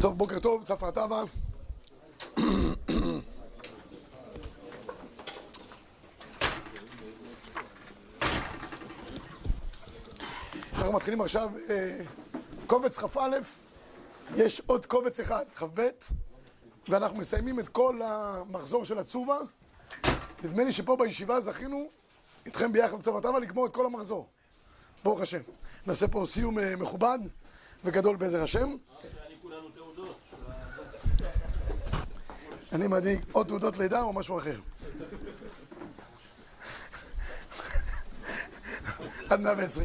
טוב, בוקר טוב, צפרא טבא. אנחנו מתחילים עכשיו קובץ כ"א, יש עוד קובץ אחד, כ"ב, ואנחנו מסיימים את כל המחזור של הצובה. נדמה לי שפה בישיבה זכינו איתכם ביחד בצפרא טבא לגמור את כל המחזור. ברוך השם. נעשה פה סיום מכובד וגדול בעזר השם. אני מעדיק עוד תעודות לידה או משהו אחר. עד 120.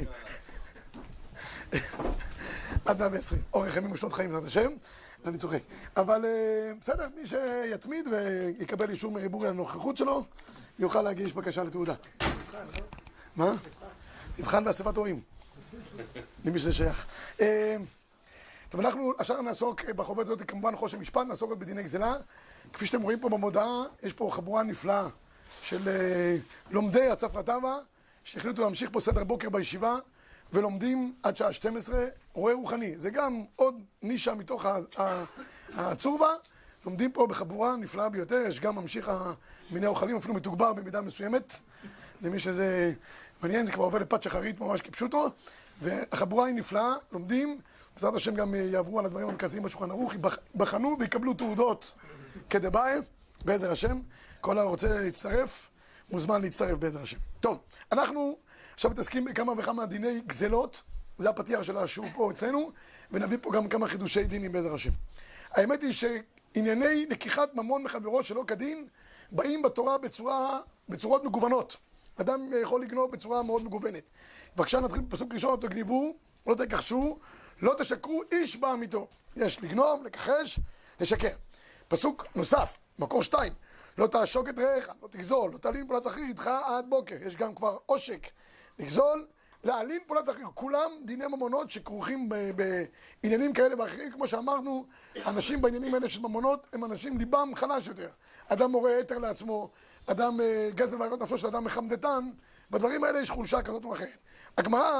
עד 120. אורך ימים ושנות חיים, זאת השם. אני צוחק. אבל בסדר, מי שיתמיד ויקבל אישור מריבורי הנוכחות שלו, יוכל להגיש בקשה לתעודה. מה? נבחן באספת הורים. למי שזה שייך. טוב, אנחנו עכשיו נעסוק בחוברת הזאת, כמובן חושן משפט, נעסוק עוד בדיני גזלה. כפי שאתם רואים פה במודעה, יש פה חבורה נפלאה של לומדי הצפרא טבא, שהחליטו להמשיך פה סדר בוקר בישיבה, ולומדים עד שעה 12, רואה רוחני. זה גם עוד נישה מתוך הצורבה. לומדים פה בחבורה נפלאה ביותר, יש גם ממשיך מיני אוכלים, אפילו מתוגבר במידה מסוימת. למי שזה מעניין, זה כבר עובר לפת שחרית ממש כפשוטו. והחבורה היא נפלאה, לומדים, בעזרת השם גם יעברו על הדברים המרכזיים בשולחן ערוך, בחנו ויקבלו תעודות כדבעי, בעזר השם. כל הרוצה להצטרף, מוזמן להצטרף בעזר השם. טוב, אנחנו עכשיו מתעסקים בכמה וכמה דיני גזלות, זה הפתיח של השיעור פה אצלנו, ונביא פה גם כמה חידושי דינים בעזר השם. האמת היא שענייני לקיחת ממון מחברו שלא כדין, באים בתורה בצורות מגוונות. אדם יכול לגנוב בצורה מאוד מגוונת. בבקשה נתחיל בפסוק ראשון, לא תגנבו, לא תכחשו, לא תשקרו איש בעמיתו. יש לגנוב, לכחש, לשקר. פסוק נוסף, מקור 2, לא תעשוק את רעך, לא תגזול, לא תעלין פולת שכיר איתך עד בוקר. יש גם כבר עושק, לגזול, להעלין פולת שכיר. כולם דיני ממונות שכרוכים בעניינים כאלה ואחרים. כמו שאמרנו, אנשים בעניינים האלה של ממונות הם אנשים ליבם חלש יותר. אדם מורה יתר לעצמו, אדם גזל ועריות נפשו של אדם מחמדתן, בדברים האלה יש חולשה כזאת או אחרת. הגמרא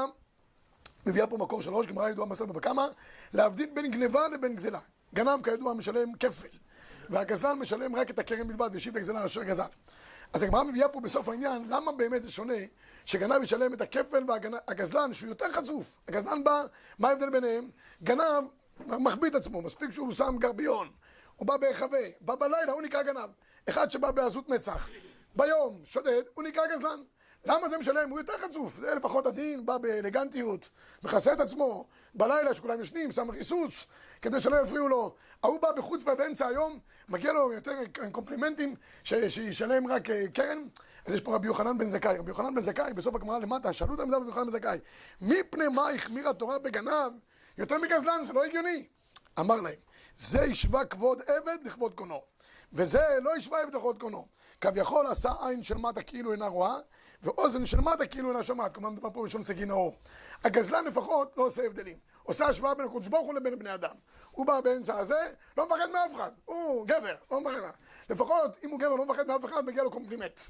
מביאה פה מקור 3, גמרא ידועה מסכת בבא קמא, להבדיל בין גנבה לבין גזלה. גנב כידוע משלם כפל, והגזלן משלם רק את הקרן בלבד, וישיב את הגזלן אשר גזל. אז הגמרא מביאה פה בסוף העניין, למה באמת זה שונה שגנב ישלם את הכפל והגזלן שהוא יותר חצוף. הגזלן בא, מה ההבדל ביניהם? גנב מחביא את עצמו, מספיק שהוא שם גרביון, הוא בא בהיחבא, בא בלילה, הוא נקרא גנב. אחד שבא בעזות מצח, ביום שודד, הוא נקרא גזלן. למה זה משלם? הוא יותר חצוף, זה לפחות הדין, בא באלגנטיות, מכסה את עצמו, בלילה שכולם ישנים, שם ריסוס, כדי שלא יפריעו לו. ההוא בא בחוץ באמצע היום, מגיע לו יותר קומפלימנטים, שישלם רק קרן. אז יש פה רבי יוחנן בן זכאי. רבי יוחנן בן זכאי, בסוף הגמרא למטה, שאלו את העמידה רבי יוחנן בן זכאי, מפני מה החמירה התורה בגנב יותר מגזלן? זה לא הגיוני. אמר להם, זה ישווה כבוד עבד לכבוד קונו, וזה לא ישווה עבד לכבוד קונו. כביכול עשה עין של מטה כאילו אינה רואה, ואוזן של מטה כאילו אינה שומעת. כלומר מדבר פה בלשון סגי נאור. הגזלן לפחות לא עושה הבדלים, עושה השוואה בין הקדוש ברוך הוא לבין בני אדם. הוא בא באמצע הזה, לא מפחד מאף אחד, הוא גבר, לא מפחד. לפחות אם הוא גבר לא מפחד מאף אחד, מגיע לו קומפלימנט.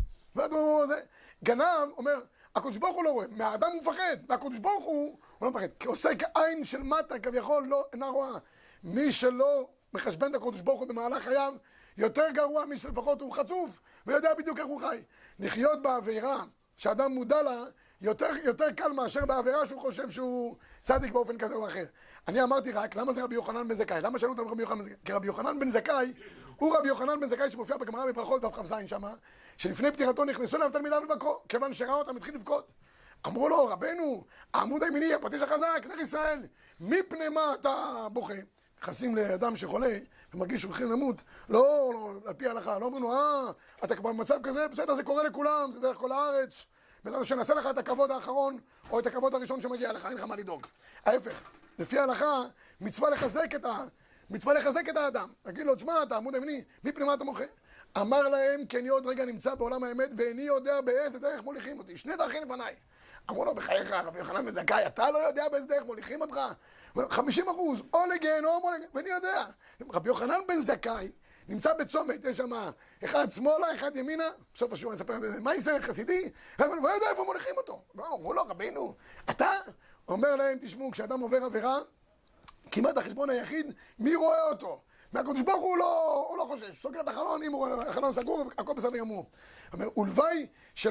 גנב אומר, הקדוש ברוך הוא לא רואה, מהאדם הוא מפחד, מהקדוש ברוך הוא לא מפחד. כי עושה כעין של מטה כביכול לא אינה רואה. מי שלא מחשבן את הקדוש ברוך הוא במהלך חייו, יותר גרוע מי שלפחות הוא חצוף ויודע בדיוק איך הוא חי. לחיות בעבירה שאדם מודע לה יותר קל מאשר בעבירה שהוא חושב שהוא צדיק באופן כזה או אחר. אני אמרתי רק, למה זה רבי יוחנן בן זכאי? למה שאלו אותם רבי יוחנן בן זכאי? כי רבי יוחנן בן זכאי הוא רבי יוחנן בן זכאי שמופיע בגמרא בברכות דף כ"ז שמה, שלפני פטירתו נכנסו אליו תלמידיו לבקרו, כיוון שראה אותם התחיל לבכות. אמרו לו, רבנו, העמוד הימיני, הפטיש החזק, נר ישראל, מפני מה אתה בוכה? נכנסים לאדם שחולה ומרגיש שהוא הולכים למות, לא על פי ההלכה, לא אומרים לו, אתה כבר במצב כזה, בסדר, זה קורה לכולם, זה דרך כל הארץ, שנעשה לך את הכבוד האחרון או את הכבוד הראשון שמגיע לך, אין לך מה לדאוג. ההפך, לפי ההלכה, מצווה לחזק את האדם. תגיד לו, תשמע, אתה עמוד הימיני, מפני מה אתה מוחה? אמר להם, כי אני עוד רגע נמצא בעולם האמת ואיני יודע באיזה דרך מוליכים אותי, 2 דרכים לפניי. אמרו לו, בחייך, רבי יוחנן בן זכאי, אתה לא יודע באיזה דרך מוליכים אותך? 50%, או לגיהנום או לגיהנום, ואני יודע. רבי יוחנן בן זכאי נמצא בצומת, יש שם אחד שמאלה, אחד ימינה, בסוף השיעור אני אספר את זה, מה יעשה חסידי? הוא לא יודע איפה מוליכים אותו. אמרו לו, רבינו, אתה אומר להם, תשמעו, כשאדם עובר עבירה, כמעט החשבון היחיד, מי רואה אותו? מהקדוש ברוך הוא לא חושש, סוגר את החלון, אם החלון סגור, הכל בסדר גמור. ולוואי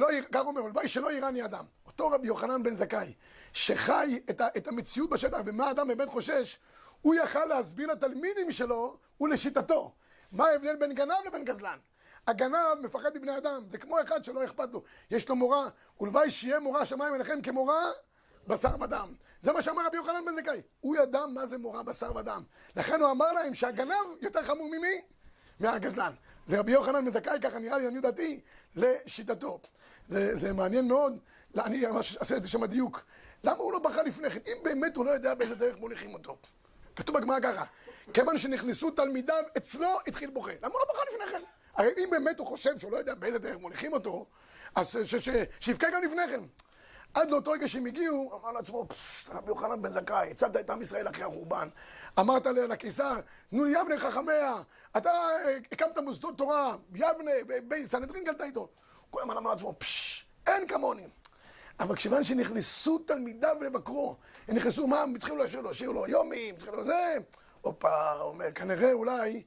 שלא יראני אדם. אותו רבי יוחנן בן זכאי, שחי את המציאות בשטח, ומה האדם באמת חושש, הוא יכל להסביר לתלמידים שלו ולשיטתו. מה ההבדל בין גנב לבין גזלן? הגנב מפחד מבני אדם, זה כמו אחד שלא אכפת לו. יש לו מורה, ולוואי שיהיה מורה שמיים אליכם כמורה בשר ודם. זה מה שאמר רבי יוחנן בן זכאי. הוא ידע מה זה מורה בשר ודם. לכן הוא אמר להם שהגנב יותר חמור ממי? מהגזלן. זה רבי יוחנן בן זכאי, ככה נראה לי, לעניות דעתי, לשיטתו. זה מעניין מאוד. אני ממש אעשה את זה שם דיוק. למה הוא לא בכה לפני כן? אם באמת הוא לא יודע באיזה דרך מוליכים אותו. כתוב בגמרא ככה, כיוון שנכנסו תלמידיו, אצלו התחיל בוכה. למה הוא לא בכה לפני כן? הרי אם באמת הוא חושב שהוא לא יודע באיזה דרך מוליכים אותו, אז שיבכה גם לפני כן. עד לאותו רגע שהם הגיעו, אמר לעצמו, רבי יוחנן בן זכאי, הצלת את עם ישראל אחרי החורבן. אמרת לקיסר, תנו לי יבנה חכמיה, אתה הקמת מוסדות תורה, יבנה, סנהדרין גלתה איתו. כל הזמן אמר לעצמו, אין כמוני. אבל כיוון שנכנסו תלמידיו לבקרו, הם נכנסו, מה? התחילו לשיר לו יומים, התחילו זה. אופה, הוא אומר, כנראה אולי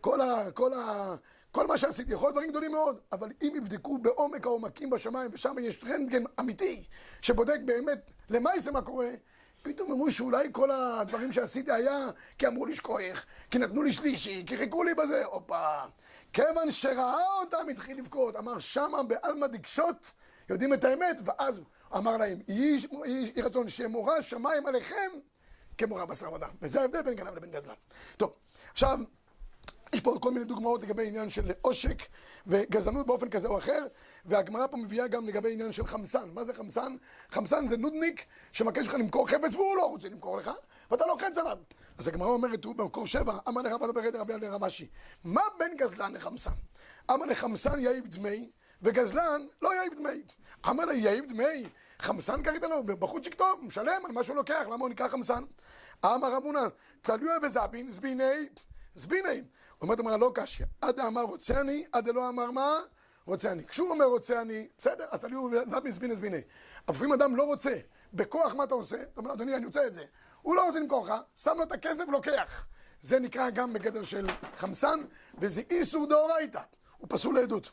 כל מה שעשיתי, יכול להיות דברים גדולים מאוד, אבל אם יבדקו בעומק העומקים בשמיים, ושם יש רנטגן אמיתי, שבודק באמת למעשה מה קורה, פתאום אמרו שאולי כל הדברים שעשיתי היה כי אמרו לי שכוח, כי נתנו לי שלישי, כי חיכו לי בזה, אופה. כיוון שראה אותם התחיל לבכות, אמר שמה בעלמא דקשות, יודעים את האמת, ואז אמר להם, יהי רצון שמורה שמיים עליכם כמורה בשר ודם. וזה ההבדל בין גנב לבין גזלן. טוב, עכשיו, יש פה כל מיני דוגמאות לגבי עניין של עושק וגזענות באופן כזה או אחר, והגמרא פה מביאה גם לגבי עניין של חמסן. מה זה חמסן? חמסן זה נודניק שמבקש לך למכור חפץ והוא לא רוצה למכור לך, ואתה לוחץ עליו. אז הגמרא אומרת, הוא במקור 7, אמר לרב אבא ברד רבי אליעזר רמשי. מה בין גזלן לחמסן? אמר לחמסן יעיב דמי, וגזלן לא יעיב דמי. אמר לה יעיב דמי, חמסן קראת לו, בחוץ שכתוב, משלם על מה שהוא לוקח, למה הוא נקרא חמסן? אמר רב הונא, תלוי וזבין, זביני. אומרת אמרה לא קשיא, עד אמר רוצה אני, עד לא אמר מה? רוצה אני. כשהוא אומר רוצה אני, בסדר, אז תלוי זביני. אבל אם אדם לא רוצה, בכוח מה אתה עושה? אתה אומר, אדוני, אני רוצה את זה. הוא לא רוצה למכור לך, שם לו את הכסף ולוקח. זה נקרא גם בגדר של חמסן, וזה איסור דאורייתא. הוא פסול לעדות.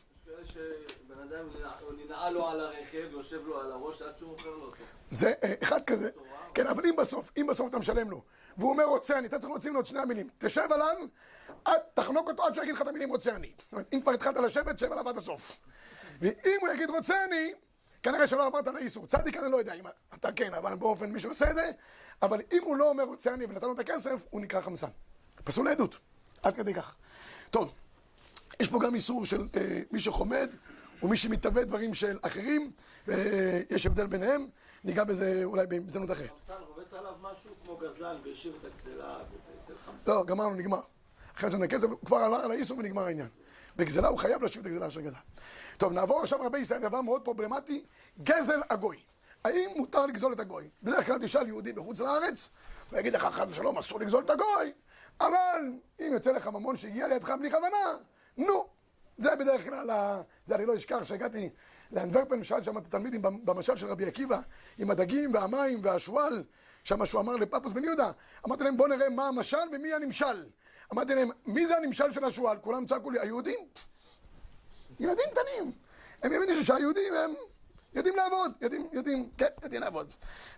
שבן אדם ננעל לו על הרכב, יושב לו על הראש עד שהוא מוכר לו אותו. זה אחד כזה. כן, אבל אם בסוף אתה משלם לו, והוא אומר רוצה אני, אתה צריך להוציא לו את שני המילים. תשב עליו, תחנוק אותו עד שהוא יגיד לך את המילים רוצה אני. אם כבר התחלת לשבת, תשב עליו עד הסוף. ואם הוא יגיד רוצה אני, כנראה שלא עברת על האיסור. צדיק אני לא יודע אם אתה כן, אבל באופן מישהו עושה את זה, אבל אם הוא לא אומר רוצה אני ונתן לו את הכסף, הוא נקרא חמסן. פסול לעדות. עד כדי כך. טוב, יש פה גם איסור של מי שחומד ומי שמתאבד דברים של אחרים, יש הבדל ביניהם, ניגע בזה אולי בהזדמנות אחרת. חמסן רובץ עליו משהו כמו גזלן והשאיר את הגזלה אצל חמסן. לא, גמרנו, נגמר. אחרי שנתן כסף, הוא כבר עבר על האיסור ונגמר העניין. בגזלה הוא חייב להשיב את הגזלה אשר גזל. טוב, נעבור עכשיו רבי ישראל, דבר מאוד פרובלמטי, גזל הגוי. האם מותר לגזול את הגוי? בדרך כלל תשאל יהודי בחוץ לארץ, הוא יגיד לך חס ושלום, אסור לגזול את הגוי, אבל אם יוצא לך ממון שהגיע לידך בלי כוונה, נו, זה בדרך כלל, זה אני לא אשכח שהגעתי לאנדוורפן, שאל שם את התלמידים במשל של רבי עקיבא, עם הדגים והמים והשועל, שם שהוא אמר לפפוס בן יהודה, אמרתי להם בוא נראה מה המשל ומי הנמשל. אמרתי להם, מי זה הנמשל של השועל? כולם צעקו לי, היהודים? ילדים קטנים. הם יבינו שהיהודים הם יודעים לעבוד, יודעים לעבוד.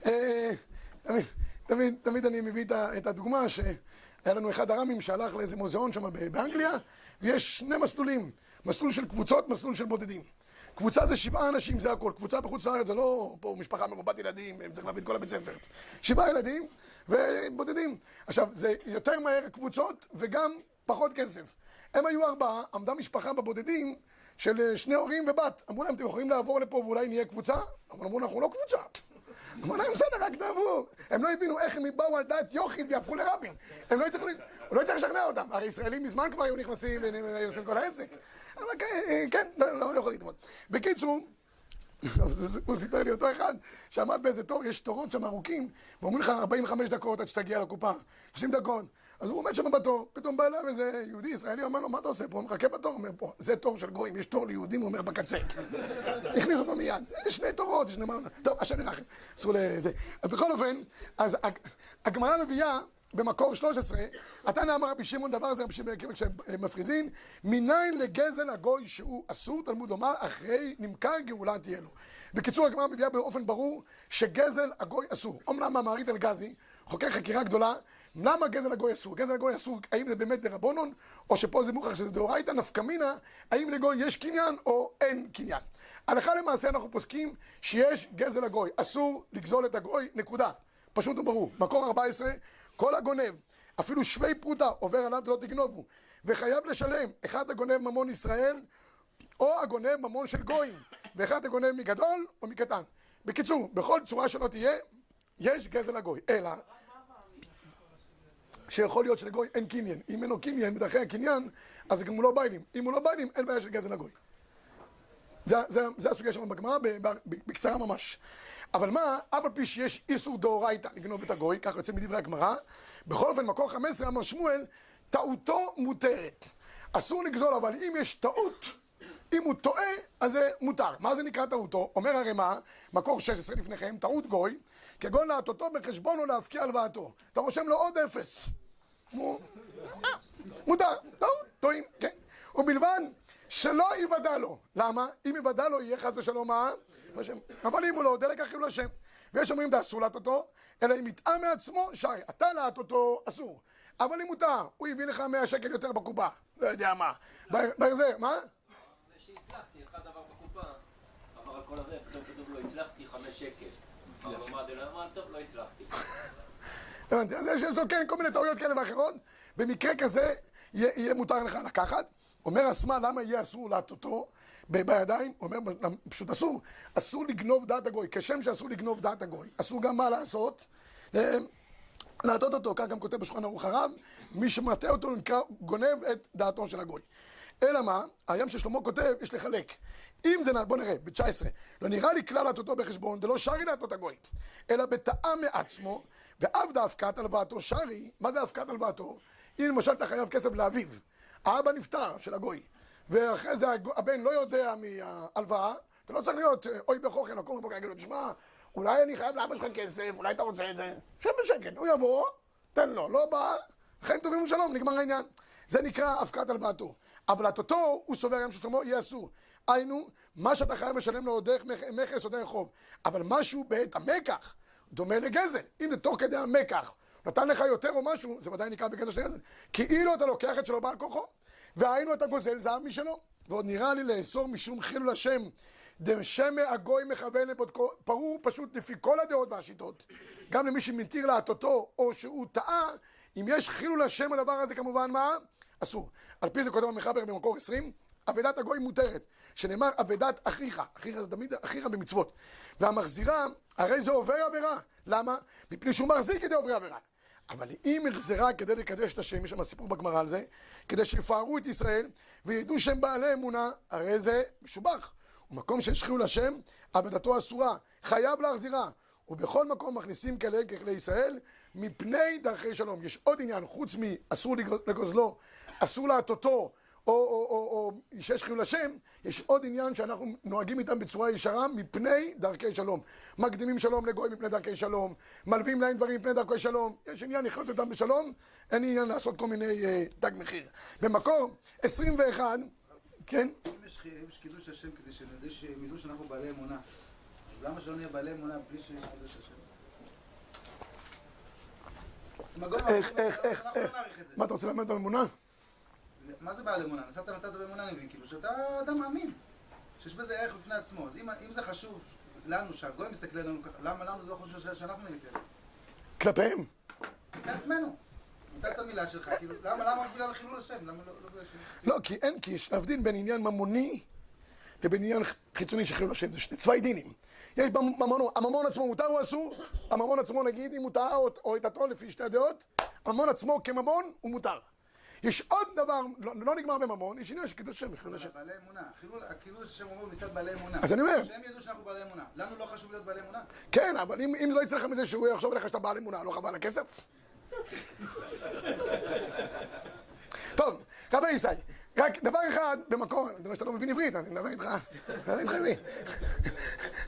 תמיד אני מביא את הדוגמה שהיה לנו אחד הרמים שהלך לאיזה מוזיאון שם באנגליה, ויש שני מסלולים, מסלול של קבוצות, מסלול של בודדים. קבוצה זה 7 אנשים, זה הכל. קבוצה בחוץ לארץ זה לא פה משפחה מרובת ילדים, הם צריכים להביא את כל הבית ספר. 7 ילדים ובודדים. עכשיו, זה יותר מהר קבוצות וגם פחות כסף. הם היו 4, עמדה משפחה בבודדים של 2 הורים ובת. אמרו להם, אתם יכולים לעבור לפה ואולי נהיה קבוצה? אבל אמרו, אנחנו לא קבוצה. אמרו להם, בסדר, רק תעברו. הם לא הבינו איך הם באו על דעת יוחיד ויהפכו לרבים. הוא לא צריך לשכנע אותם. הרי ישראלים מזמן כבר היו נכנסים ועושים כל העסק. אבל כן, לא יכול להתמוד. בקיצור, הוא סיפר לי אותו אחד שעמד באיזה תור, יש תורות שם ארוכים, ואומרים לך 45 דקות עד שתגיע לקופה, 30 דקות. אז הוא עומד שם בתור, פתאום בא אליו איזה יהודי ישראלי, אומר לו, מה אתה עושה פה? הוא מחכה בתור, אומר פה, זה תור של גויים, יש תור ליהודים, הוא אומר בקצה. הכניס אותו מיד, יש 2 תורות, יש 2 טוב, השם ירחם, אסור לזה. בכל אופן, אז הגמרא מביאה במקור 13, התנא אמר רבי שמעון דבר זה, רבי שמעון כשהם מפריזין, מניין לגזל הגוי שהוא אסור, תלמוד לומר, אחרי נמכר גאולה תהיה לו. בקיצור, הגמרא מביאה באופן ברור שגזל הגוי אסור. אומנם המארית אלגזי חוקר חקירה גדולה, למה גזל הגוי אסור? גזל הגוי אסור, האם זה באמת דרבנן, או שפה זה מוכח שזה דאורייתא, נפקא מינה, האם לגוי יש קניין או אין קניין. הלכה למעשה אנחנו פוסקים שיש גזל הגוי, אסור לגזול את הגוי, נקודה. פשוט וברור. מקור 14, כל הגונב, אפילו שווי פרוטה עובר עליו ולא תגנובו, וחייב לשלם, אחד הגונב ממון ישראל, או הגונב ממון של גויים, ואחד הגונב מגדול או מקטן. בקיצור, בכל צורה שלא תהיה, יש גזל הגוי, אלא שיכול להיות שלגוי אין קניין. אם אין לו קניין בדרכי הקניין, אז גם הוא לא ביילים. אם הוא לא ביילים, אין בעיה של גזל הגוי. זה הסוגיה שלנו בגמרא, בקצרה ממש. אבל מה, אף על פי שיש איסור דאורייתא לגנוב את הגוי, כך יוצא מדברי הגמרא, בכל אופן, מקור 15 אמר שמואל, טעותו מותרת. אסור לגזול, אבל אם יש טעות, אם הוא טועה, אז זה מותר. מה זה נקרא טעותו? אומר הרמ"א, מקור 16 לפניכם, טעות גוי, כגון להטותו בחשבון או להפקיע הלוואתו. אתה רושם לו עוד אפס. מותר, טעות, טועים, כן. ובלבד שלא יוודע לו. למה? אם יוודע לו, יהיה חס ושלום מה? אבל אם הוא לא, דלק אחים לשם. ויש אומרים, זה אסור להטותו, אלא אם יטעה מעצמו, שרי. אתה להטותו, אסור. אבל אם מותר, הוא הביא לך 100 שקל יותר בקופה. לא יודע מה. בהחזר, מה? שהצלחתי, אחד עבר בקופה, עבר על כל הזה, פתאום כתוב לו, הצלחתי 5 שקל. אבל אמר, טוב, לא הצלחתי. הבנתי, אז יש לו כן כל מיני טעויות כאלה ואחרות. במקרה כזה, יהיה מותר לך לקחת. אומר הסמ"א, למה יהיה אסור להטותו בידיים? אומר, פשוט אסור. אסור לגנוב דעת הגוי. כשם שאסור לגנוב דעת הגוי. אסור גם מה לעשות? להטות אותו, כך גם כותב בשולחן ערוך הרב, מי שמטעה אותו נקרא גונב את דעתו של הגוי. אלא מה? היום ששלמה כותב, יש לחלק. אם זה, בוא נראה, ב-19, לא נראה לי כלל להטותו בחשבון, זה לא שרי להטות הגוי, אלא בטעה מעצמו, ואף דאפקת הלוואתו שרי. מה זה הפקת הלוואתו? אם למשל אתה חייב כסף לאביו, האבא נפטר של הגוי, ואחרי זה הבן לא יודע מההלוואה, אתה לא צריך להיות אוי בכוחן, לקום בבוקר, להגיד לו, תשמע, אולי אני חייב לאבא שלך כסף, אולי אתה רוצה את זה, שב בשקט, הוא יבוא, תן לו, לא בא, חיים טובים ושלום, נגמר העניין. זה נקרא הפקת הלוואתו. אבל להטותו, הוא סובר גם ששלמה, יהיה אסור. היינו, מה שאתה חייב משלם לו דרך מכס או דרך חוב, אבל משהו בעת המקח דומה לגזל. אם זה תוך כדי המקח נתן לך יותר או משהו, זה ודאי נקרא בגזל של גזל. כאילו אתה לוקח את שלו בעל כוחו, והיינו אתה גוזל זהב משלו. ועוד נראה לי לאסור משום חילול השם, דשמא הגוי מכוון לבודקו, ברור פשוט לפי כל הדעות והשיטות, גם למי שמתיר להטותו או שהוא טעה, אם יש חילול השם הדבר הזה כמובן מה? אסור. על פי זה כותב המחבר במקור 20, אבדת הגוי מותרת, שנאמר אבדת אחיך, אחיך זה תמיד אחיך במצוות, והמחזירה הרי זה עובר עבירה. למה? מפני שהוא מחזיק כדי עובר עבירה. אבל אם החזרה כדי לקדש את השם, יש שם סיפור בגמרא על זה, כדי שיפארו את ישראל וידעו שהם בעלי אמונה, הרי זה משובח. ומקום שיש חילול השם, אבדתו אסורה, חייב להחזירה. ובכל מקום מכניסים כלי ישראל מפני דרכי שלום. יש עוד עניין, חוץ מאסור לגוזלו, אסור להטותו, או שיש חילול השם, יש עוד עניין שאנחנו נוהגים איתם בצורה ישרה מפני דרכי שלום. מקדימים שלום לגוי מפני דרכי שלום, מלווים להם דברים מפני דרכי שלום. יש עניין לחיות אותם בשלום, אין עניין לעשות כל מיני תג מחיר. במקור 21, כן? אם יש קידוש השם כדי שהם ידעו שאנחנו בעלי אמונה, אז למה שלא נהיה בעלי אמונה בלי שיש קידוש השם? איך? מה אתה רוצה ללמד את האמונה? מה זה בעל אמונה? נסעת נתת באמונה, אני מבין, כאילו שאתה אדם מאמין, שיש בזה ערך בפני עצמו. אז אם זה חשוב לנו, שהגוי מסתכל עלינו ככה, למה לנו זה לא חשוב שאנחנו נתקדם? כלפיהם? לעצמנו. נתת את המילה שלך, כאילו, למה בגלל חילול השם? למה לא, כי אין, כי יש להבדיל בין עניין ממוני לבין עניין חיצוני של חילול השם. זה צווי דינים. יש הממון עצמו מותר או אסור? הממון עצמו נגיד, אם הוא טעה או את הטון לפי שתי הדעות, הממון עצמו כממון הוא מותר. יש עוד דבר, לא נגמר בממון, יש עניין של קידוש השם, חילול השם. בעלי אמונה, חילול השם אומר מצד בעלי אמונה. אז אני אומר, שהם ידעו שאנחנו בעלי אמונה. לנו לא חשוב להיות בעלי אמונה? כן, אבל אם זה לא יצא לך מזה שהוא יחשוב לך שאתה בעל אמונה, לא חבל הכסף? טוב, רבי ישי, רק דבר אחד במקור, אני מדבר שאתה לא מבין עברית, אני מדבר איתך, עברית.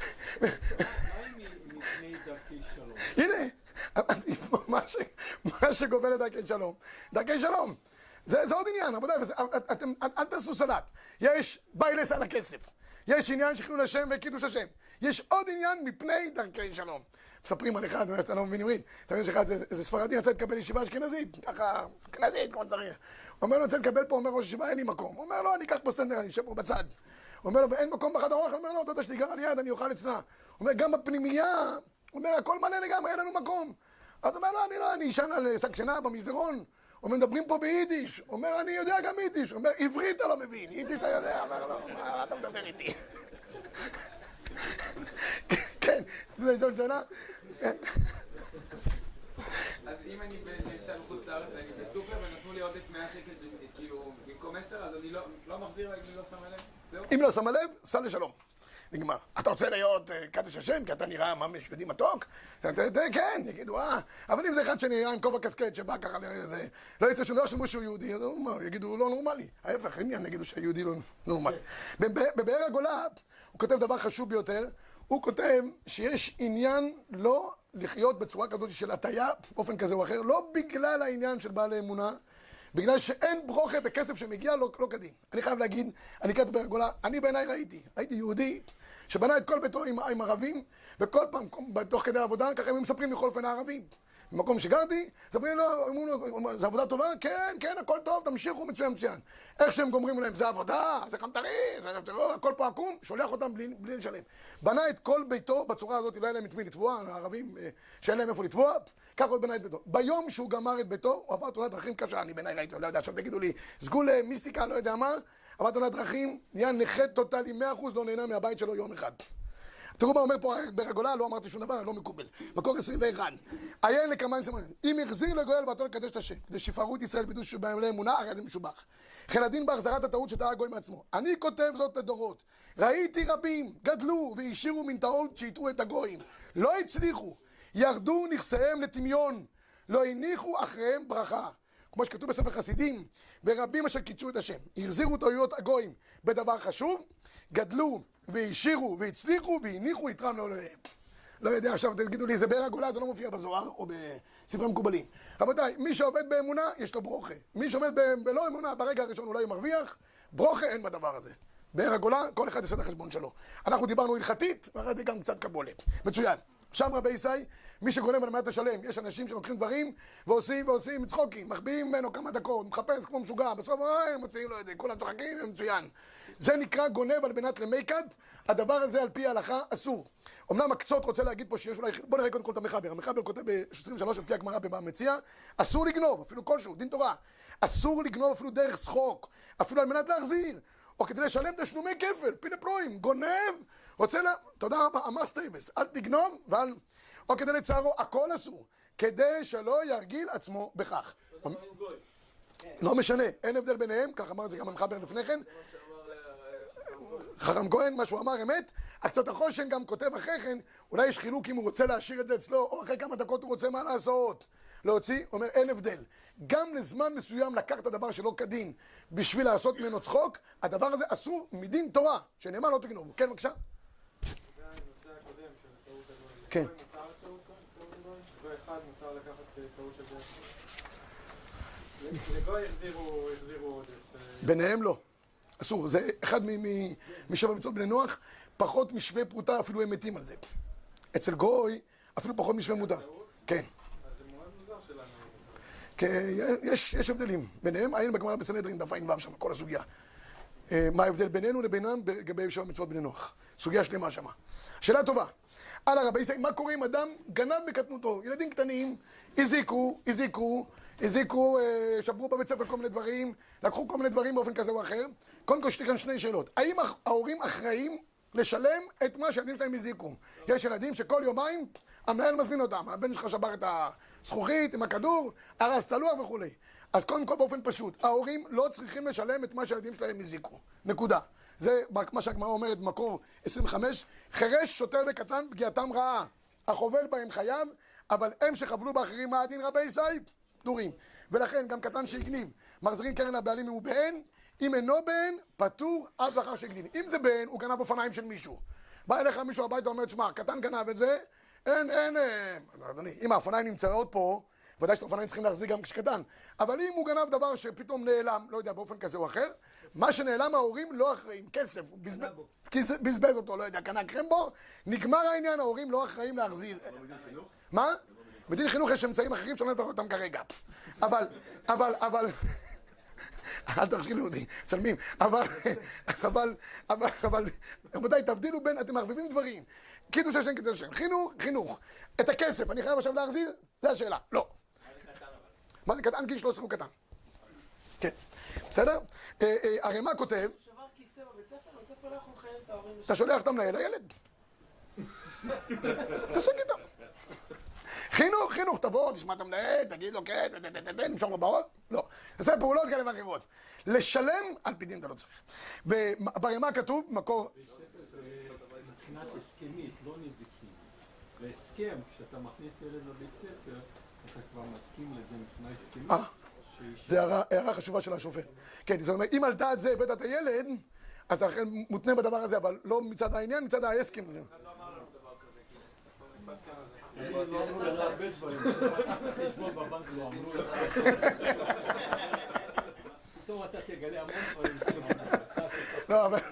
הנה, מה מה שגובל לדרכי שלום, דרכי שלום. זה עוד עניין, רבותיי, אתם אל תעשו סלט. יש ביילס על הכסף. יש עניין של חילול השם וקידוש השם. יש עוד עניין מפני דרכי שלום. מספרים על אחד, אתה לא מבין עברית. אתה מבין שאחד, איזה ספרדי רצה לקבל ישיבה אשכנזית, ככה, אשכנזית, כמו שצריך. הוא אומר לו, רוצה לקבל פה, אומר ראש ישיבה, אין לי מקום. הוא אומר לו, אני אקח פה סטנדר, אני אשב פה בצד. הוא אומר לו, ואין מקום בחדר אוכל? הוא אומר לו, דודה שלי גרה ליד, אני אוכל אצלה. הוא אומר, גם בפנימייה, הוא אומר, הכל מלא לגמרי, אין לנו מקום. אז הוא אומר, לא, אני אשן על שק שינה במסדרון. הוא אומר, מדברים פה ביידיש. הוא אומר, אני יודע גם יידיש. הוא אומר, עברית אתה לא מבין, יידיש אתה יודע. הוא אומר, לא, מה אתה מדבר איתי? כן, זה לשאול שאלה? אז אם אני נמצא בחוץ לארץ ואני בסופר ונתנו לי עודף 100 שקל, כאילו, במקום 10, אז אני לא מחזיר אם אני לא שמה לב? זהו? אם לא שמה לב, סע לשלום. נגמר. אתה רוצה להיות קדש השם, כי אתה נראה ממש יהודי מתוק? כן, יגידו, אבל אם זה אחד שנראה עם כובע קסקט שבא ככה, לא יצא שום דבר שמוש שהוא יהודי, יגידו, הוא לא נורמלי. ההפך, עניין יגידו שהיהודי לא נורמלי. בבאר הגולה, הוא כותב דבר חשוב ביותר, הוא כותב שיש עניין לא לחיות בצורה כזאת של הטיה, באופן כזה או אחר, לא בגלל העניין של בעלי אמונה, בגלל שאין ברוכה בכסף שמגיע לא כדין. אני חייב להגיד, אני קראתי באר הגולה, אני בעיניי ראיתי יהודי שבנה את כל ביתו עם ערבים, וכל פעם, בתוך כדי העבודה, ככה הם מספרים לי כל אופן הערבים. במקום שגרתי, מספרים לו, זה עבודה טובה? כן, הכל טוב, תמשיכו, מצוין. איך שהם גומרים להם, זה עבודה, זה חמטרי, הכל פה עקום, שולח אותם בלי לשלם. בנה את כל ביתו בצורה הזאת, לא היה להם את מי לתבוע, הערבים שאין להם איפה לתבוע, ככה הוא בנה את ביתו. ביום שהוא גמר את ביתו, הוא עבר תאונת דרכים קשה, אני בעיניי ראיתי, לא יודע, עכשיו תגידו לי, סגול מיסטיקה, לא יודע מה, עבר תאונת דרכים, נהיה נכה טוטלי, 100% לא נהנה מהבית שלו יום אחד. תראו מה אומר פה באר הגולה, לא אמרתי שום דבר, לא מקובל. מקור 21. עיין לקמן סימן. אם החזיר לגואל באתו לקדש את השם, כדי שיפארו את ישראל בידוש שבהם לאמונה, הרי זה משובח. חיל הדין בהחזרת הטעות שטעה הגוי מעצמו. אני כותב זאת לדורות. ראיתי רבים, גדלו והשאירו מנטעות שהטעו את הגויים. לא הצליחו, ירדו נכסיהם לטמיון, לא הניחו אחריהם ברכה. כמו שכתוב בספר חסידים, ורבים אשר קידשו את השם. החזירו טעויות הגויים בדבר חשוב, גדלו והשאירו והצליחו והניחו יתרם לעולמיהם. לא יודע, עכשיו תגידו לי, זה באר הגולה, זה לא מופיע בזוהר או בספרי מקובלים. רבותיי, מי שעובד באמונה, יש לו ברוכה. מי שעובד בלא אמונה, ברגע הראשון אולי הוא מרוויח, ברוכה אין בדבר הזה. באר הגולה, כל אחד יעשה את החשבון שלו. אנחנו דיברנו הלכתית, ואחרי זה גם קצת קבולת. מצוין. עכשיו רבי ישי, מי שגונב על מנת לשלם, יש אנשים שלוקחים דברים ועושים צחוקים, מחביאים ממנו כמה דקות, מחפש כמו משוגע, בסוף הם מוציאים לו את זה, כולם צוחקים ומצוין. זה נקרא גונב על מנת למיקד, הדבר הזה על פי ההלכה אסור. אמנם הקצות רוצה להגיד פה שיש אולי, בוא נראה קודם כל את המחבר, המחבר כותב ב-23 על פי הגמרא במציע, אסור לגנוב, אפילו כלשהו, דין תורה, אסור לגנוב אפילו דרך שחוק, אפילו על מנת להחזיר. או כדי לשלם תשלומי כפל, פינה פלואים, גונב, רוצה תודה רבה, אמר סטייבס, אל תגנוב, או כדי לצערו, הכל אסור, כדי שלא ירגיל עצמו בכך. לא משנה, אין הבדל ביניהם, כך אמר את זה גם המחבר לפני כן. חכם כהן, מה שהוא אמר אמת, הקצת החושן גם כותב אחרי כן, אולי יש חילוק אם הוא רוצה להשאיר את זה אצלו, או אחרי כמה דקות הוא רוצה מה לעשות. להוציא, אומר אין הבדל. גם לזמן מסוים לקח את הדבר שלא כדין בשביל לעשות ממנו צחוק, הדבר הזה אסור מדין תורה, שנאמר לא תגנוב. כן, בבקשה? זה הנושא הקודם של טעות הגוי. כן. מותר טעות גוי? גוי אחד מותר לקחת טעות של זה. לגוי החזירו עודף. ביניהם לא. אסור. זה אחד משבע מצוות בני נוח, פחות משווה פרוטה, אפילו הם מתים על זה. אצל גוי, אפילו פחות משווה מותר. כן. יש הבדלים ביניהם, היינו בגמרא בסנהדרין דף ע"ו שם, כל הסוגיה. מה ההבדל בינינו לבינם לגבי שבע מצוות בני נוח? סוגיה שלמה שמה. שאלה טובה. על הרבי ישי, מה קורה אם אדם גנב מקטנותו? ילדים קטנים, הזיקו, שברו בבית ספר כל מיני דברים, לקחו כל מיני דברים באופן כזה או אחר. קודם כל יש לי כאן שני שאלות. האם ההורים אחראים לשלם את מה שהילדים שלהם הזיקו? יש ילדים שכל יומיים המנהל מזמין אותם, הבן שלך שבר את הזכוכית עם הכדור, הרס את הלוח וכו'. אז קודם כל באופן פשוט, ההורים לא צריכים לשלם את מה שהילדים שלהם הזיקו. נקודה. זה מה שהגמרא אומרת במקור 25, חירש, שוטר וקטן, פגיעתם רעה. החובל בהם חייב, אבל הם שחבלו באחרים, מה הדין רבי ישי? פטורים. ולכן גם קטן שהגניב, מחזירים קרן לבעלים אם הוא בן, אם אינו בן, פטור אף לאחר שהגניב. אם זה בן, הוא גנב אופניים של מישהו. בא אליך מישהו הביתה ואומר, שמע, קטן גנב את זה, אין, אדוני, אם האופניים נמצאות פה, ודאי שאת האופניים צריכים להחזיק גם כשקטן. אבל אם הוא גנב דבר שפתאום נעלם, לא יודע, באופן כזה או אחר, מה שנעלם ההורים לא אחראים, כסף, הוא בזבז אותו, לא יודע, קנה קרמבו, נגמר העניין, ההורים לא אחראים להחזיר. מה? בדין חינוך יש אמצעים אחרים שאני לא נפתח אותם כרגע. אבל, אל תשחילו אותי, מצלמים, אבל, רבותיי, תבדילו בין, אתם מערבבים דברים. קידוש השם, קידוש השם. חינוך. את הכסף, אני חייב עכשיו להחזיר? זו השאלה. לא. מה זה קטן? גיל 13 הוא קטן. כן. בסדר? הרמ"א כותב... שבר כיסא בבית ספר, בית ספר לא יכול לחייב את ההורים. אתה שולח את המנהל, הילד. תעסק איתם. חינוך, תבוא, תשמע את המנהל, תגיד לו כן, נמשוך לו בראש, לא. זה פעולות כאלה ואחרות. לשלם, על פי דין אתה לא צריך. ברמ"א כתוב, מקור... מבחינת הסכמית, לא נזיקין. בהסכם, כשאתה מכניס ילד לבית ספר, אתה כבר מסכים לזה מבחינה הסכמית. זה הערה חשובה של השופט. כן, זאת אומרת, אם על דעת זה הבאת את הילד, אז אתה מותנה בדבר הזה, אבל לא מצד העניין, מצד ההסכם. לא אמרו לך הרבה דברים, חשבון בבנק לא אמרו לך. פתאום אתה תגלה המון דברים. לא, אבל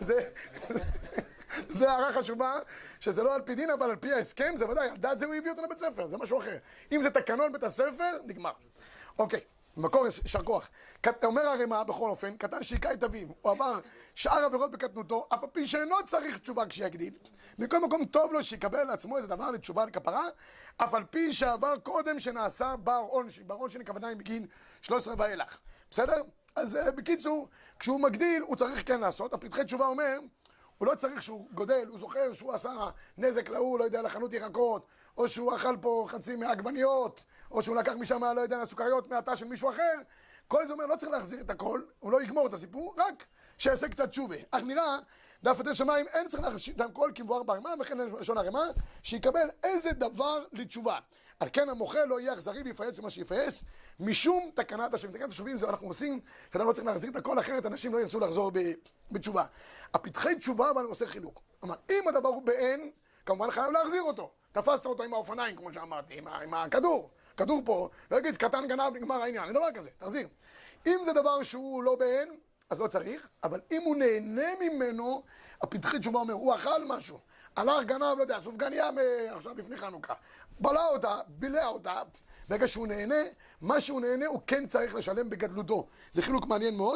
זה הערה חשובה, שזה לא על פי דין, אבל על פי ההסכם, זה ודאי, על דעת זה הוא הביא אותו לבית ספר, זה משהו אחר. אם זה תקנון בית הספר, נגמר. אוקיי, מקור יישר כוח. אומר הרמ"א, בכל אופן, קטן שהיכה את אביו, הוא עבר שאר עבירות בקטנותו, אף על פי שאינו צריך תשובה כשיגדיל. מכל מקום טוב לו שיקבל לעצמו איזה דבר לתשובה לכפרה, אף על פי שעבר קודם שנעשה בר עונשין. בר עונשין הכוונה היא מגיל 13 ואילך. בסדר? אז בקיצור, כשהוא מגדיל, הוא צריך כן לעשות. הפתחי תשובה אומר, הוא לא צריך שהוא גודל, הוא זוכר שהוא עשה נזק להוא, לא יודע, לחנות ירקות, או שהוא אכל פה חצי מהעגבניות, או שהוא לקח משם, לא יודע, סוכריות מהתא של מישהו אחר. כל זה אומר, לא צריך להחזיר את הכל, הוא לא יגמור את הסיפור, רק שיעשה קצת תשובה. אך נראה, דף יתר שמיים, אין צריך להחזיר את הכל כמבואר ברמ"א, וכן לשון הרמ"א, שיקבל איזה דבר לתשובה. על כן המוכר לא יהיה אכזרי ויפייס מה שיפייס, משום תקנת השבים. תקנת השבים זה אנחנו עושים, שאנחנו לא צריכים להחזיר את הכל, אחרת אנשים לא ירצו לחזור בתשובה. הפתחי תשובה, אבל עושה חילוק. אמר, אם הדבר הוא בעין, כמובן חייב להחזיר אותו. תפסת אותו עם האופניים, כמו שאמרתי, עם הכדור. כדור פה, לא יגיד, קטן גנב, נגמר העניין, אין דבר כזה, תחזיר. אם זה דבר שהוא לא בעין, אז לא צריך, אבל אם הוא נהנה ממנו, הפתחי תשובה אומר, הוא אכל משהו, הלך גנב, לא יודע, סופגניה עכשיו לפני חנוכה, בלע אותה, בילע אותה, ברגע שהוא נהנה, מה שהוא נהנה הוא כן צריך לשלם בגדלותו. זה חילוק מעניין מאוד.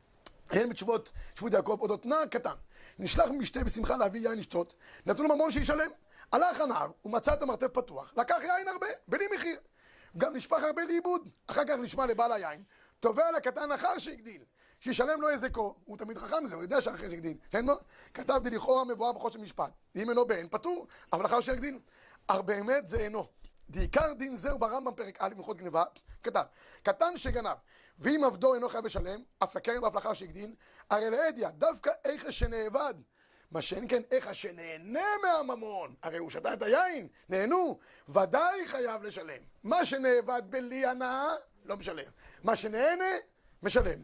הן בתשובות שבות יעקב, אודות נער קטן, נשלח משתה בשמחה להביא יין לשתות, נתנו לו ממון שישלם. הלך הנער, הוא מצא את המרתף פתוח, לקח יין הרבה, בלי מחיר, וגם נשפך הרבה לאיבוד. אחר כך נשמע לבעל היין, תובע לקטן אחר שהגדיל, שישלם לו איזה כה, הוא תמיד חכם זה, הוא יודע שאחרי שהגדיל, כן לא? כתבתי לכאורה מבואר בחושן משפט, אם אינו בעין פטור, אבל אחר שהגדיל, אך באמת זה אינו. דעיקר דין זהו ברמב"ם פרק א' הלכות גניבה, כתב, קטן שגנב, ואם עבדו אינו חייב לשלם, אף לקרן ואף לאחר שהגדיל, הרי לעדיא, דווקא איכה שנאבד, מה שאין כן איכה שנהנה מהממון, הרי הוא שתה את היין, נהנו, ודאי חייב לשלם. מה שנאבד בלי הנאה, לא משלם. מה שנהנה, משלם.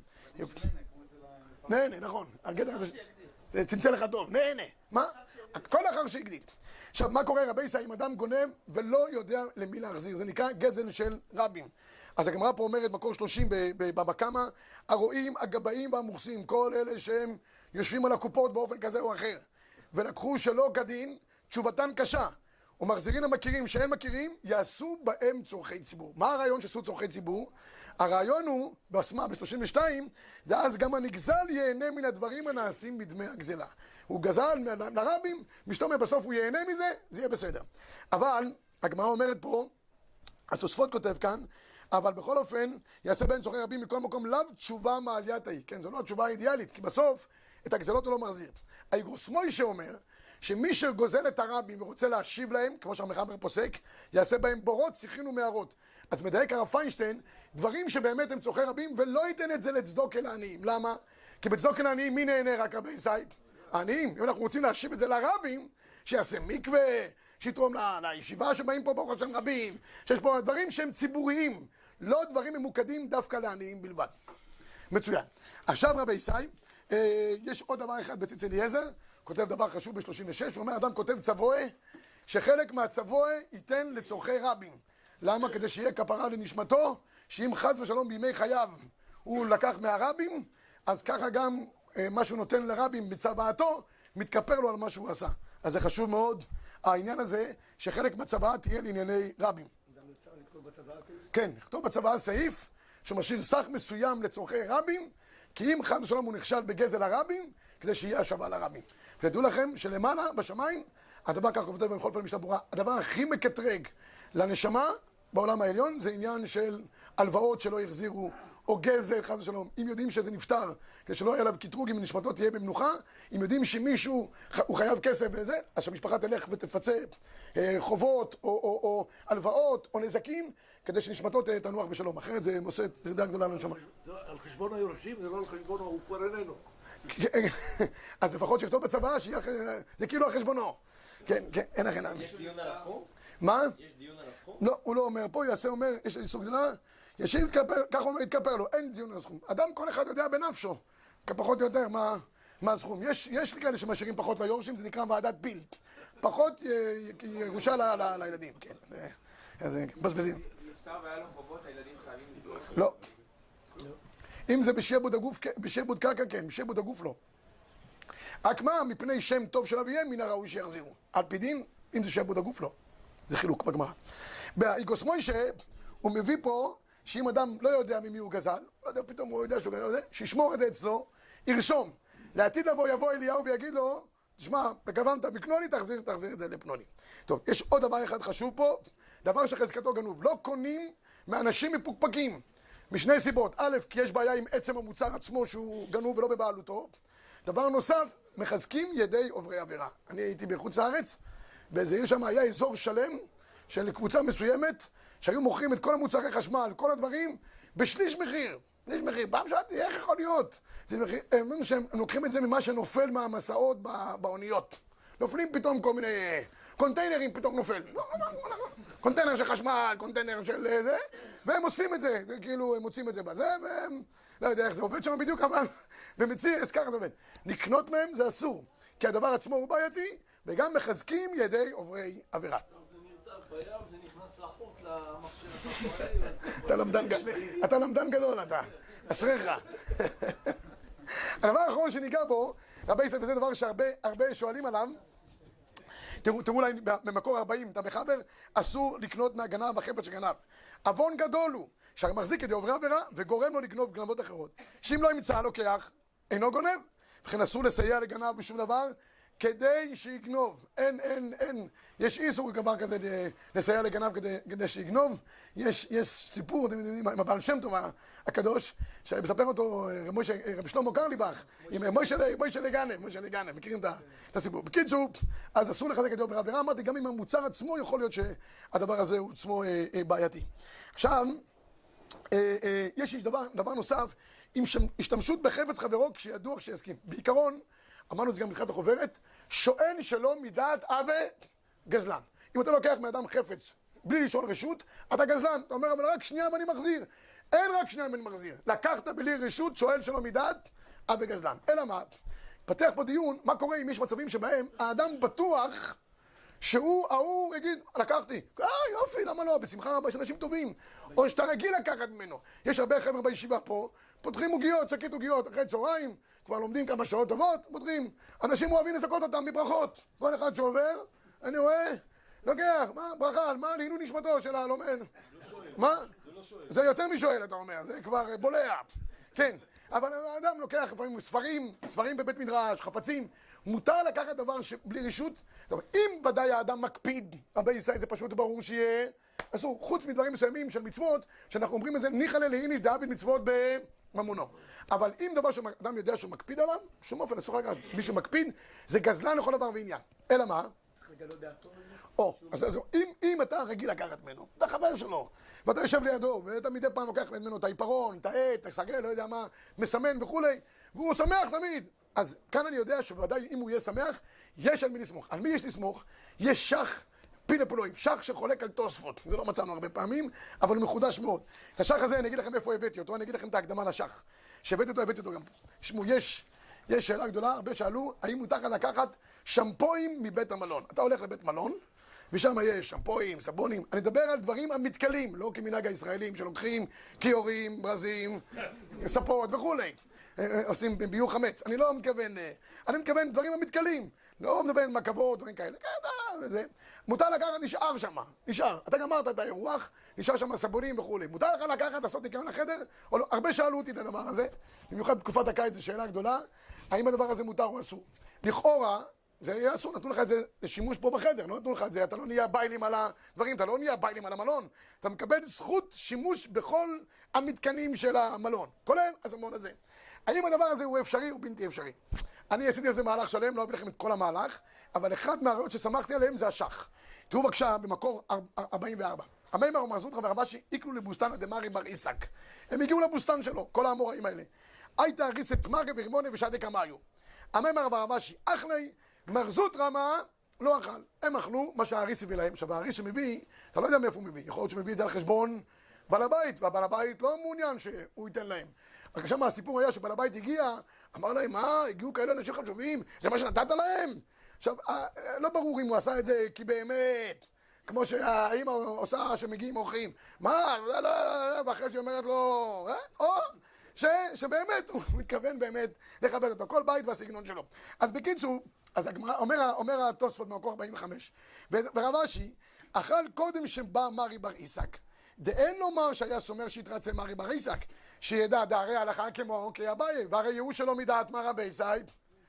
נהנה, נכון. הגדר הזה, זה צנצל לך טוב, נהנה. מה? כל אחר שהגדיל. עכשיו, מה קורה רבי ישראל אם אדם גונב ולא יודע למי להחזיר? זה נקרא גזל של רבים. אז הגמרא פה אומרת, מקור 30 בבבא קמא, הרועים, הגבאים והמוכסים, כל אלה שהם יושבים על הקופות באופן כזה או אחר, ולקחו שלא כדין, תשובתן קשה. ומחזירים המכירים שאין מכירים, יעשו בהם צורכי ציבור. מה הרעיון שעשו צורכי ציבור? הרעיון הוא, בסמה, ב-32, ואז גם הנגזל ייהנה מן הדברים הנעשים מדמי הגזלה. הוא גזל לרבים, משתומע בסוף הוא ייהנה מזה, זה יהיה בסדר. אבל, הגמרא אומרת פה, התוספות כותב כאן, אבל בכל אופן, יעשה בין צורכי רבים מכל מקום, לאו תשובה מעליית ההיא. כן, זו לא התשובה האידיאלית, כי בסוף, את הגזלות הוא לא מחזיר. האיגרוס מוישה אומר, שמי שגוזל את הרבים ורוצה להשיב להם, כמו שהמחבר פוסק, יעשה בהם בורות, שיחין ומערות. אז מדייק הרב פיינשטיין, דברים שבאמת הם צורכי רבים, ולא ייתן את זה לצדוק אל העניים. למה? כי בצדוק אל העניים, מי נהנה? רק רבי ישראל? העניים. אם אנחנו רוצים להשיב את זה לרבים, שיעשה מקווה, שיתרום לישיבה שבאים פה ברוך השם רבים, שיש פה דברים שהם ציבוריים, לא דברים ממוקדים דווקא לעניים בלבד. מצוין. עכשיו רבי ישראל, יש עוד דבר אחד בציץ אליעזר, כותב דבר חשוב ב-36, הוא אומר, אדם כותב צבועה, שחלק מהצבועה ייתן לצורכי רבים. למה? כדי שיהיה כפרה לנשמתו, שאם חס ושלום בימי חייו הוא לקח מהרבים, אז ככה גם מה שהוא נותן לרבים בצוואתו, מתכפר לו על מה שהוא עשה. אז זה חשוב מאוד, העניין הזה, שחלק מהצוואה תהיה לענייני רבים. גם לכתוב בצוואה? כן, לכתוב בצוואה סעיף, שמשאיר סך מסוים לצורכי רבים, כי אם חס ושלום הוא נכשל בגזל הרבים, כדי שיהיה השבה לרבים. ותדעו לכם שלמעלה, בשמיים, הדבר כך כותב בכל פעם משנה ברורה, הדבר הכי מקטרג לנשמה בעולם העליון, זה עניין של הלוואות שלא יחזירו, או גזל, חס ושלום. אם יודעים שזה נפטר, כדי שלא יהיה עליו קטרוג, אם נשמתו תהיה במנוחה, אם יודעים שמישהו, הוא חייב כסף וזה, אז שהמשפחה תלך ותפצה חובות, או הלוואות, או נזקים, כדי שנשמתו תנוח בשלום. אחרת זה עושה טרדה גדולה לנשמה. על חשבון היורשים, זה לא על חשבון, הוא כבר איננו. אז לפחות שכתוב בצבא, זה כאילו על חשבונו. כן, כן, אין לכם נעמי. יש דיון על הסכום? מה? יש דיון על הסכום? לא, הוא לא אומר פה, יעשה אומר, יש לי סוג גדולה, ישיר יתכפר, ככה הוא אומר, יתכפר לו, אין דיון על הסכום. אדם, כל אחד יודע בנפשו, כפחות או יותר מה הסכום. יש לי כאלה שמשאירים פחות ליורשים, זה נקרא ועדת פיל. פחות ירושה לילדים, כן. אז מבזבזים. נפטר והיה לו חובות, הילדים חייבים לסגור? לא. אם זה בשעבוד הגוף, בשעבוד קרקע כן, בשעבוד הגוף לא. רק מה, מפני שם טוב של אביהם, מן הראוי שיחזירו. על פי דין, אם זה שעבוד הגוף לא. זה חילוק בגמרא. באיגוס מוישה, הוא מביא פה, שאם אדם לא יודע ממי הוא גזל, לא יודע, פתאום הוא יודע שהוא גזל זה, שישמור את זה אצלו, ירשום. לעתיד לבוא יבוא אליהו ויגיד לו, תשמע, בכוונת מקנוני, תחזיר את זה לפנוני. טוב, יש עוד דבר אחד חשוב פה, דבר שחזקתו גנוב. לא קונים מאנשים מפוקפקים. משני סיבות. א', כי יש בעיה עם עצם המוצר עצמו שהוא גנוב ולא בבעלותו. דבר נוסף, מחזקים ידי עוברי עבירה. אני הייתי בחוץ לארץ, באיזה עיר שם היה אזור שלם של קבוצה מסוימת, שהיו מוכרים את כל המוצרי חשמל, כל הדברים, בשליש מחיר. שליש מחיר. פעם שאלתי, איך יכול להיות? הם לוקחים את זה ממה שנופל מהמסעות באוניות. נופלים פתאום כל מיני קונטיינרים, פתאום נופל. קונטיינר של חשמל, קונטיינר של זה, והם אוספים את זה. כאילו, הם מוצאים את זה בזה, והם... לא יודע איך זה עובד שם בדיוק, אבל במציא, אז ככה זה עובד. לקנות מהם זה אסור, כי הדבר עצמו הוא בעייתי, וגם מחזקים ידי עוברי עבירה. זה נרטב בים, זה נכנס לחוט למכשיר אתה למדן גדול, אתה. אשריך. הדבר האחרון שניגע בו, רבי ישראל, וזה דבר שהרבה שואלים עליו, תראו אולי במקור 40, אתה מחבר, אסור לקנות מהגנב החפץ שגנב. עוון גדול הוא, שמחזיק את עוברי עבירה וגורם לו לגנוב גנבות אחרות. שאם לא ימצא לוקח, אינו גונב. וכן אסור לסייע לגנב בשום דבר, כדי שיגנוב. אין. יש איסור דבר כזה לסייע לגנב כדי שיגנוב. יש סיפור, אתם יודעים, עם הבעל שם טוב הקדוש, שמספר אותו רבי שלמה קרליבך, עם מוישה לגנב, מכירים את הסיפור. בקיצור, אז אסור לחזק את עובר עבירה, אמרתי, גם עם המוצר עצמו יכול להיות שהדבר הזה הוא עצמו בעייתי. עכשיו, יש דבר נוסף, עם השתמשות בחפץ חברו כשידוע כשיסכים. בעיקרון, אמרנו זה גם בתחילת החוברת, שואל שלא מדעת עווה גזלן. אם אתה לוקח מאדם חפץ בלי לשאול רשות, אתה גזלן. אתה אומר, אבל רק שנייה ואני מחזיר. אין רק שנייה ואני מחזיר. לקחת בלי רשות, שואל שלא מדעת עווה גזלן. אלא מה? פתח פה דיון, מה קורה אם יש מצבים שבהם האדם בטוח שהוא יגיד, לקחתי. יופי, למה לא? בשמחה רבה, יש אנשים טובים. או שאתה רגיל לקחת ממנו. יש הרבה חבר'ה בישיבה פה, פותחים עוגיות, שקית עוגיות, אחרי צהריים, כבר לומדים כמה שעות טובות, פותחים. אנשים אוהבים לזכות אותם בברכות. כל אחד שעובר, אני רואה, לוקח, מה, ברכה, על מה? לעינוי נשמתו של הלומד. מה? זה יותר משואל, אתה אומר, זה כבר בולע. כן, אבל האדם לוקח לפעמים ספרים בבית מדרש, חפצים. מותר לקחת דבר בלי רשות. אם ודאי האדם מקפיד, רבי ישראל זה פשוט ברור שיהיה אסור, חוץ מדברים מסוימים של מצוות, שאנחנו אומרים את זה, ניחא לאיניש דאביד מצוות בממונו. אבל אם דבר שאדם יודע שהוא מקפיד עליו, שום אופן אסור לקחת. מי שמקפיד זה גזלן לכל דבר ועניין. אלא מה? צריך לגלות דעתו. אז אם אתה רגיל לקחת ממנו, אתה חבר שלו, ואתה יושב לידו, ואתה מדי פעם לוקח ממנו את העיפרון, את העט, את הסגל, לא יודע מה, מסמן וכולי, והוא שמח תמיד. אז כאן אני יודע שבוודאי אם הוא יהיה שמח, יש על מי לסמוך. על מי יש לסמוך? יש שח פילה פולואים, שח שחולק על תוספות. זה לא מצאנו הרבה פעמים, אבל הוא מחודש מאוד. את השח הזה אני אגיד לכם איפה הבאתי אותו, אני אגיד לכם את ההקדמה לשח. שהבאתי אותו גם פה. תשמעו, יש שאלה גדולה, הרבה שאלו, האם מותר לקחת שמפויים מבית המלון. אתה הולך לבית מלון, ושם יש שמפויים, סבונים. אני מדבר על דברים המתכלים, לא כמנהג הישראלים שלוקחים כיורים, ברזים, ספות וכולי. עושים ביור חמץ. אני לא מתכוון, אני מתכוון דברים המתכלים. לא מדבר מקבות, דברים כאלה. מותר לקחת, נשאר שם, נשאר. אתה גמרת את האירוח, נשאר שם סבונים וכולי. מותר לך לקחת, לעשות ניקיון לחדר, או לא? הרבה שאלו אותי את הדבר הזה. במיוחד בתקופת הקיץ, זו שאלה גדולה. האם הדבר הזה מותר או אסור? לכאורה, זה יהיה אסור, נתנו לך את זה לשימוש פה בחדר, לא נתנו לך את זה, אתה לא נהיה ביילים על הדברים, אתה לא נהיה ביילים על המלון, אתה מקבל זכות שימוש בכל המתקנים של המלון, כולל הזמון הזה. האם הדבר הזה הוא אפשרי או בלתי אפשרי? אני עשיתי על זה מהלך שלם, לא אביא לכם את כל המהלך, אבל אחד מהראיות ששמחתי עליהם זה השח. תראו בבקשה במקור 44. המיימר ומרזוטרא ורבשי איקלו לבוסתנא דמרי בר עיסק. הם הגיעו לבוסתן שלו, כל האמוראים האלה. הייתה הריסת מרי ורימונה ושדי קמיו. המיימר ורבשי אכלי מרזוטרא מה לא אכל. הם אכלו מה שהאריס הביא להם. עכשיו האריס שמביא, אתה לא יודע מאיפה הוא מביא. יכול להיות שמביא את זה על חשבון בעל הבית, והבעל הבית לא מעוניין שהוא ייתן להם. רק שם הסיפור היה שבעל הבית הגיע, אמר להם, מה, הגיעו כאלה אנשים חשובים, זה מה שנתת להם? עכשיו, לא ברור אם הוא עשה את זה כי באמת, כמו שהאמא עושה שמגיעים אורחים, מה, לא, לא, לא, ואחרי שהיא אומרת לו, או שבאמת הוא מתכוון באמת לכבד אותו, כל בית והסגנון שלו. אז בקיצור, אז אומר התוספות במקור 45, ורבשי אכל קודם שבא מרי בר עיסק, דאין לומר שהיה סומר שהתרצה מרי בר עיסק, שידע דהרי הלכה כמו כאביי, והרי ייאוש שלו מדעת מה רבי זי,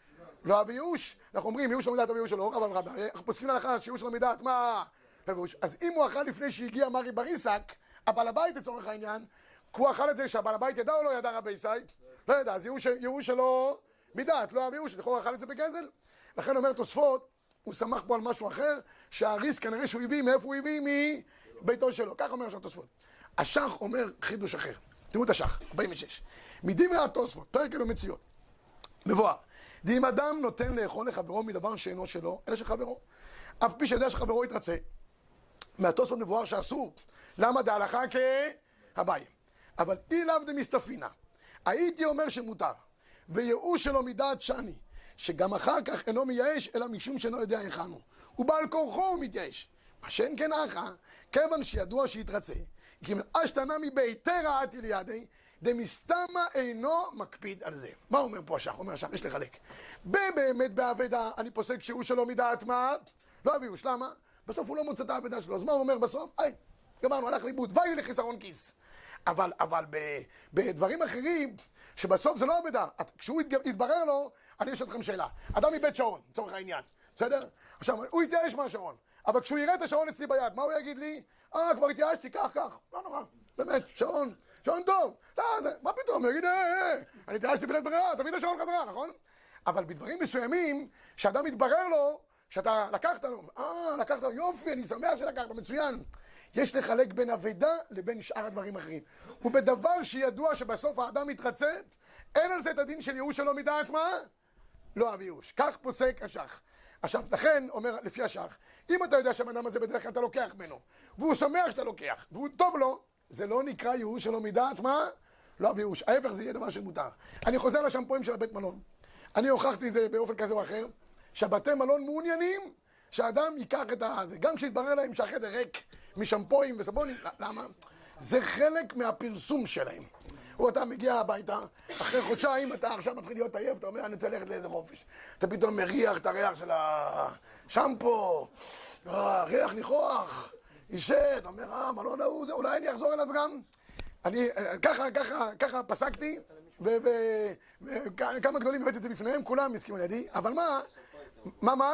לא אבי ייאוש, אנחנו אומרים ייאוש לא מדעת אבי ייאוש שלו, אבל רבי, אנחנו פוסקים להלכה שייאוש לא מדעת מה ייאוש. אז אם הוא אכל לפני שהגיע מרי בר עיסק, הבעל הבית לצורך העניין, הוא אכל את זה שהבעל הבית ידע או לא ידע רבי זי? לא ידע, אז ייאוש שלו מדעת, לא אבי ייאוש, לכאורה אכל את זה בגזל. לכן אומר תוספות, הוא שמח פה על משהו אחר, שהריס כנראה שהוא הביא, מאיפה הוא הביא? מביתו שלו. כך אומר שם תוספות. השח אומר חידוש אחר. תראו את השח, 46. מדברי התוספות, פרק אלו מציאות. מבואר. אם אדם נותן לאכול לחברו מדבר שאינו שלו, אלא שחברו. אף פי שיודע שחברו יתרצה. מהתוספות מבואר שאסור. למה דהלכה כאביי? אבל אי לאו דמסתפינה. הייתי אומר שמותר. וייאוש שלו מדעת שאני. שגם אחר כך אינו מייאש, אלא משום שאינו יודע היכן הוא. ובעל כורחו הוא מתייאש. מה שאין כן אחא, כיוון שידוע שיתרצה, כי אשתנה מביתרא עתי לידי, דמסתמה אינו מקפיד על זה. מה אומר פה השח? אומר השח, יש לחלק. באמת באבדה, אני פוסק שהוא שלו מדעת מה? לא אביוש, למה? בסוף הוא לא מוצא את האבדה שלו. אז מה הוא אומר בסוף? גמרנו, הלך לאיבוד, ואי לחיסרון כיס. אבל בדברים אחרים, שבסוף זה לא אבדה. כשהוא יתברר לו, אני אשאל אתכם שאלה. אדם מבית שעון, לצורך העניין. בסדר? עכשיו, הוא יתייאש מהשעון. אבל כשהוא יראה את השעון אצלי ביד, מה הוא יגיד לי? כבר התייאשתי, כך. לא נורא. באמת, שעון טוב. לא, מה פתאום? הוא יגיד, אני התייאשתי בלית ברירה, תביא את השעון חזרה, נכון? אבל בדברים מסוימים, שאדם מתברר לו, שאתה לקחת לו, לקחת לו, יופי, אני שמח שלקחת, מצוין. יש לחלק בין אבדה לבין שאר הדברים האחרים. ובדבר שידוע שבסוף האדם מתרצה, אין על זה את הדין של ייאוש שלו מדעת מה? לא אבי ייאוש. כך פוסק השח. עכשיו, לכן, אומר לפי השח, אם אתה יודע שהאדם הזה בדרך כלל אתה לוקח ממנו, והוא שמח שאתה לוקח, והוא טוב לו, זה לא נקרא ייאוש שלו מדעת מה? לא אבי ייאוש. ההפך זה יהיה דבר של מותר. אני חוזר לשמפויים של הבית מלון. אני הוכחתי את זה באופן כזה או אחר, שהבתי מלון מעוניינים שהאדם ייקח את זה. גם כשהתברר להם שהחדר ריק משמפויים וסבונים, למה? זה חלק מהפרסום שלהם. או אתה מגיע הביתה, אחרי חודשיים אתה עכשיו מתחיל להיות עייף, אתה אומר, אני רוצה ללכת לאיזה חופש. אתה פתאום מריח את הריח של השמפו, ריח ניחוח, אישת, אתה אומר, מלון ההוא, אולי אני אחזור אליו גם. אני ככה פסקתי, וכמה גדולים הבאתי את זה בפניהם, כולם הסכימו לידי, אבל מה?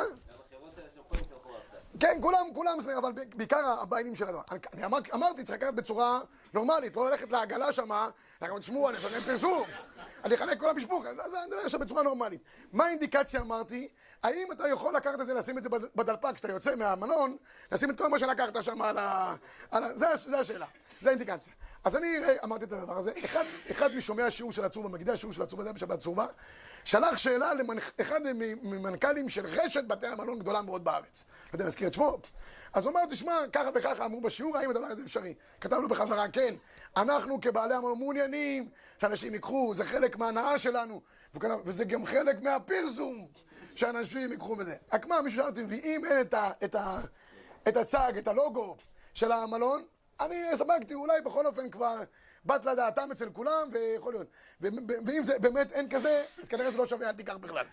כן, כולם, אבל בעיקר הבעיינים של הדבר. אני אמרתי, צריך לקחת בצורה נורמלית, לא ללכת לעגלה שמה, תשמעו, אני חושב פרסום, אני אחלק כל המשפוך, זה נראה שם בצורה נורמלית. מה האינדיקציה אמרתי? האם אתה יכול לקחת את זה, לשים את זה בדלפק, כשאתה יוצא מהמלון, לשים את כל מה שלקחת שם זה השאלה, זה האינדיקציה. אז אני אמרתי את הדבר הזה, אחד משומעי השיעור של הצורבה, מגידי השיעור של הצורבה, זה בשבת צורבה, שלח שאלה לאחד ממנכ"לים של רשת בתי המלון גדולה מאוד בארץ. לא יודע, נזכיר את שמו. אז הוא אמר, תשמע, ככה וככה אמרו בשיעור, האם הדבר הזה אפשרי? כתב לו בחזרה, כן, אנחנו כבעלי המלון מעוניינים שאנשים ייקחו, זה חלק מההנאה שלנו, וזה גם חלק מהפרסום שאנשים ייקחו בזה. רק מה, מישהו שאלתי, ואם אין את הצג, את הלוגו של המלון, אני ספקתי, אולי בכל אופן כבר בת לדעתם אצל כולם, ויכול להיות. ואם זה באמת אין כזה, אז כנראה זה לא שווה, אל תיקח בכלל.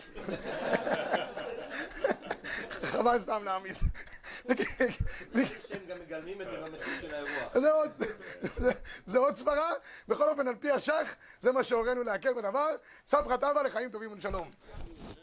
חבל סתם להעמיס. שהם גם מגלמים את זה במחיר של האירוע. זה עוד סברה, בכל אופן על פי השח, זה מה שהורינו להקל בדבר, ספחא טבא לחיים טובים ולשלום.